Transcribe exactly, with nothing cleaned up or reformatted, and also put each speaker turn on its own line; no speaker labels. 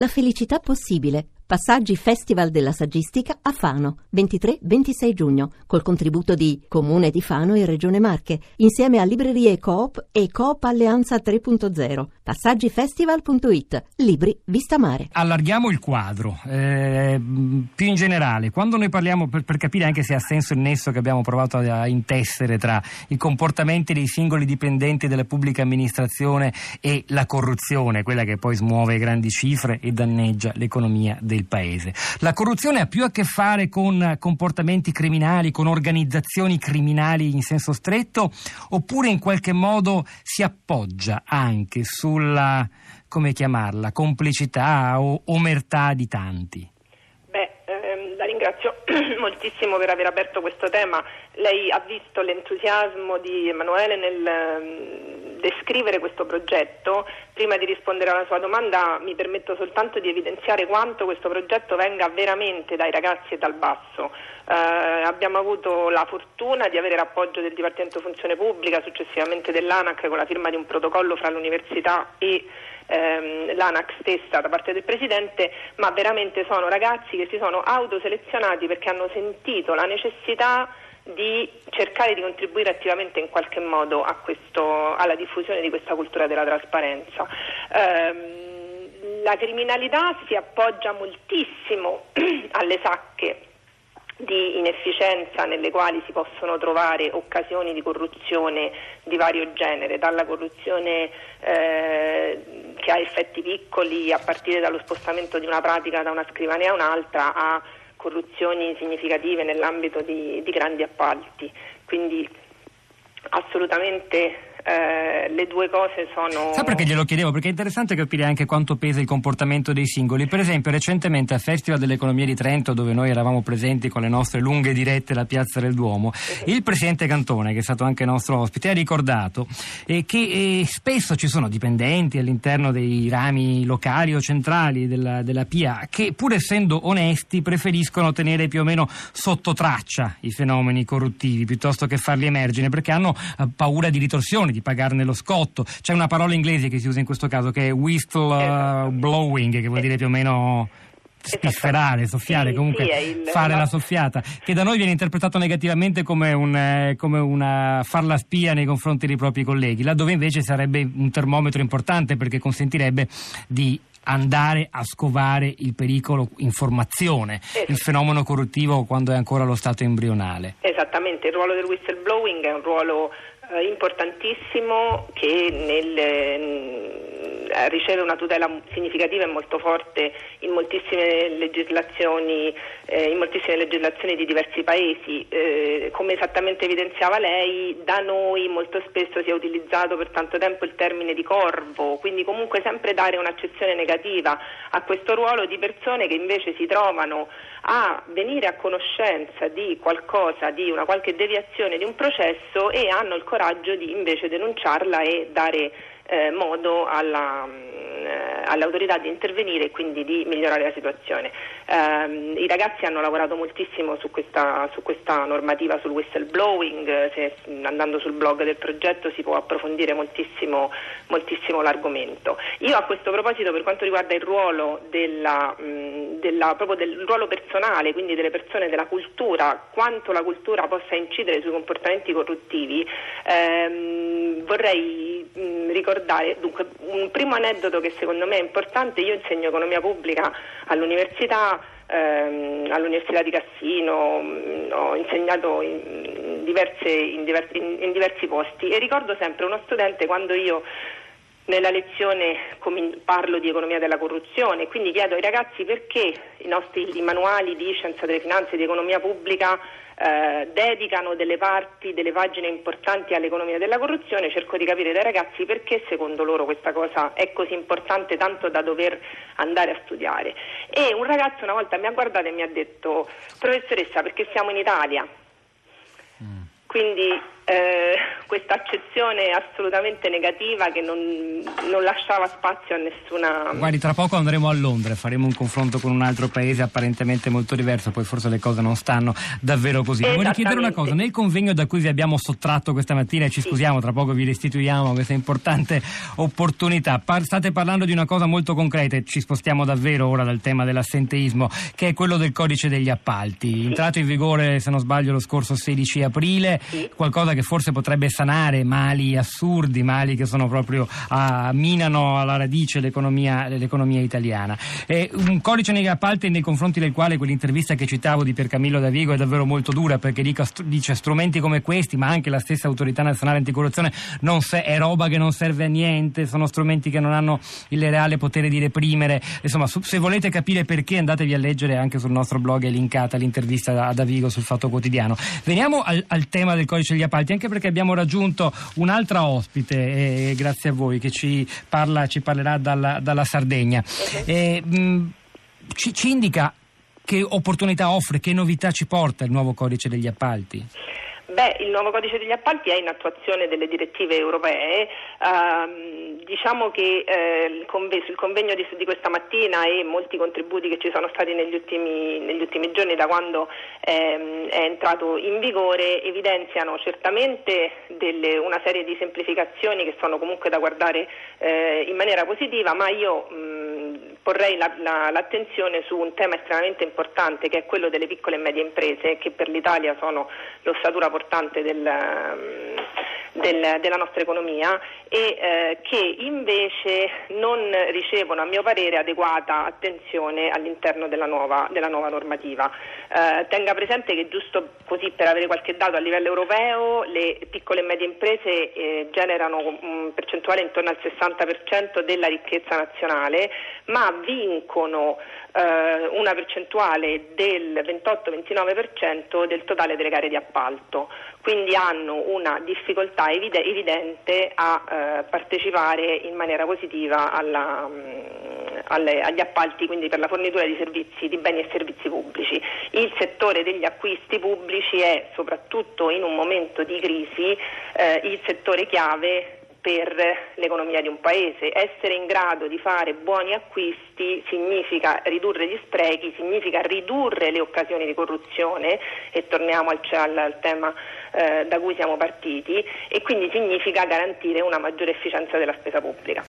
La felicità possibile. Passaggi Festival della Saggistica a Fano, ventitré ventisei giugno, col contributo di Comune di Fano e Regione Marche, insieme a Librerie Coop e Coop Alleanza tre punto zero. Passaggifestival punto it. Libri vista mare.
Allarghiamo il quadro, eh, più in generale, quando noi parliamo, per, per capire anche se ha senso il nesso che abbiamo provato a, a intessere tra i comportamenti dei singoli dipendenti della pubblica amministrazione e la corruzione, quella che poi smuove grandi cifre e danneggia l'economia del paese. La corruzione ha più a che fare con comportamenti criminali, con organizzazioni criminali in senso stretto, oppure in qualche modo si appoggia anche sulla, come chiamarla, complicità o omertà di tanti?
Beh, ehm, la ringrazio moltissimo per aver aperto questo tema. Lei ha visto l'entusiasmo di Emanuele nel um, descrivere questo progetto. Prima di rispondere alla sua domanda mi permetto soltanto di evidenziare quanto questo progetto venga veramente dai ragazzi e dal basso. Eh, abbiamo avuto la fortuna di avere l'appoggio del Dipartimento Funzione Pubblica, successivamente dell'ANAC, con la firma di un protocollo fra l'università e ehm, l'ANAC stessa da parte del Presidente, ma veramente sono ragazzi che si sono autoselezionati perché hanno sentito la necessità di cercare di contribuire attivamente in qualche modo a questo, alla diffusione di questa cultura della trasparenza. Ehm, la criminalità si appoggia moltissimo alle sacche di inefficienza nelle quali si possono trovare occasioni di corruzione di vario genere, dalla corruzione eh, che ha effetti piccoli a partire dallo spostamento di una pratica da una scrivania a un'altra a corruzioni significative nell'ambito di, di grandi appalti. Quindi assolutamente eh, le due cose sono...
Sa perché glielo chiedevo? Perché è interessante capire anche quanto pesa il comportamento dei singoli. Per esempio recentemente al Festival dell'Economia di Trento, dove noi eravamo presenti con le nostre lunghe dirette alla Piazza del Duomo, il presidente Cantone, che è stato anche nostro ospite, ha ricordato eh, che eh, spesso ci sono dipendenti all'interno dei rami locali o centrali della, della P A che, pur essendo onesti, preferiscono tenere più o meno sotto traccia i fenomeni corruttivi piuttosto che farli emergere, perché hanno eh, paura di ritorsioni, di pagarne lo scotto. C'è una parola inglese che si usa in questo caso che è whistle uh, blowing, che vuol dire più o meno spifferare, soffiare, sì, comunque sì, il... fare la soffiata, che da noi viene interpretato negativamente come, un, eh, come una far la spia nei confronti dei propri colleghi, laddove invece sarebbe un termometro importante, perché consentirebbe di andare a scovare il pericolo informazione, esatto, il fenomeno corruttivo quando è ancora allo stato embrionale.
Esattamente, il ruolo del whistleblowing è un ruolo eh, importantissimo che nel, eh, riceve una tutela significativa e molto forte in moltissime legislazioni, eh, in moltissime legislazioni di diversi paesi. Eh, come esattamente evidenziava lei, da noi molto spesso si è utilizzato per tanto tempo il termine di corvo, quindi comunque sempre dare un'accezione negativa a questo ruolo di persone che invece si trovano a venire a conoscenza di qualcosa, di una qualche deviazione di un processo e hanno il coraggio di invece denunciarla e dare eh, modo alla, eh, alle autorità di intervenire e quindi di migliorare la situazione. Eh, I ragazzi hanno lavorato moltissimo su questa, su questa normativa sul whistleblowing, se, andando sul blog del progetto si può approfondire moltissimo, moltissimo l'argomento. Io a questo proposito, per quanto riguarda il ruolo della, mh, della, proprio del ruolo personale, quindi delle persone, della cultura, quanto la cultura possa incidere sui comportamenti corruttivi, ehm, vorrei mh, ricordare dunque un primo aneddoto che secondo me è importante. Io insegno economia pubblica all'università, ehm, all'Università di Cassino, mh, ho insegnato in, in, diverse, in, diversi, in, in diversi posti e ricordo sempre uno studente quando io nella lezione parlo di economia della corruzione, quindi chiedo ai ragazzi perché i nostri i manuali di scienza delle finanze e di economia pubblica eh, dedicano delle parti, delle pagine importanti all'economia della corruzione. Cerco di capire dai ragazzi perché secondo loro questa cosa è così importante tanto da dover andare a studiare. E un ragazzo una volta mi ha guardato e mi ha detto: professoressa, perché siamo in Italia. Mm. Quindi eh, questa accezione assolutamente negativa che non, non lasciava spazio a nessuna...
Guardi, tra poco andremo a Londra, faremo un confronto con un altro paese apparentemente molto diverso, poi forse le cose non stanno davvero così. Vorrei chiedere una cosa, nel convegno da cui vi abbiamo sottratto questa mattina, e ci sì. scusiamo, tra poco vi restituiamo questa importante opportunità, par- state parlando di una cosa molto concreta, e ci spostiamo davvero ora dal tema dell'assenteismo, che è quello del codice degli appalti, sì. entrato in vigore, se non sbaglio, lo scorso sedici aprile, sì. qualcosa che forse potrebbe sanare mali assurdi, mali che sono proprio a, minano alla radice l'economia, l'economia italiana. È un codice negli appalti nei confronti del quale quell'intervista che citavo di Piercamillo Davigo è davvero molto dura, perché dica, dice strumenti come questi, ma anche la stessa Autorità Nazionale Anticorruzione, non se, è roba che non serve a niente, sono strumenti che non hanno il reale potere di reprimere. Insomma, su, se volete capire perché, andatevi a leggere, anche sul nostro blog è linkata l'intervista a Davigo sul Fatto Quotidiano. Veniamo al, al tema del codice degli appalti, anche perché abbiamo raggiunto un'altra ospite, eh, grazie a voi, che ci parla, ci parlerà dalla, dalla Sardegna. Eh, mh, ci, ci indica che opportunità offre, che novità ci porta il nuovo codice degli appalti?
Beh, il nuovo codice degli appalti è in attuazione delle direttive europee. Uh, diciamo che eh, il, conve- il convegno di, di questa mattina e molti contributi che ci sono stati negli ultimi, negli ultimi giorni da quando ehm, è entrato in vigore evidenziano certamente delle, una serie di semplificazioni che sono comunque da guardare eh, in maniera positiva, ma io mh, porrei la, la, l'attenzione su un tema estremamente importante, che è quello delle piccole e medie imprese, che per l'Italia sono l'ossatura portante del, del, della nostra economia e eh, che invece non ricevono, a mio parere, adeguata attenzione all'interno della nuova, della nuova normativa. Eh, tenga presente che, giusto così per avere qualche dato, a livello europeo le piccole e medie imprese eh, generano un percentuale intorno al sessanta per cento della ricchezza nazionale, ma vincono eh, una percentuale del ventotto ventinove per cento del totale delle gare di appalto, quindi hanno una difficoltà evide- evidente a eh, partecipare in maniera positiva alla, mh, alle, agli appalti, quindi per la fornitura di servizi, di beni e servizi pubblici. Il settore degli acquisti pubblici è, soprattutto in un momento di crisi, eh, il settore chiave per l'economia di un paese. Essere in grado di fare buoni acquisti significa ridurre gli sprechi, significa ridurre le occasioni di corruzione, e torniamo al, al, al tema eh, da cui siamo partiti, e quindi significa garantire una maggiore efficienza della spesa pubblica.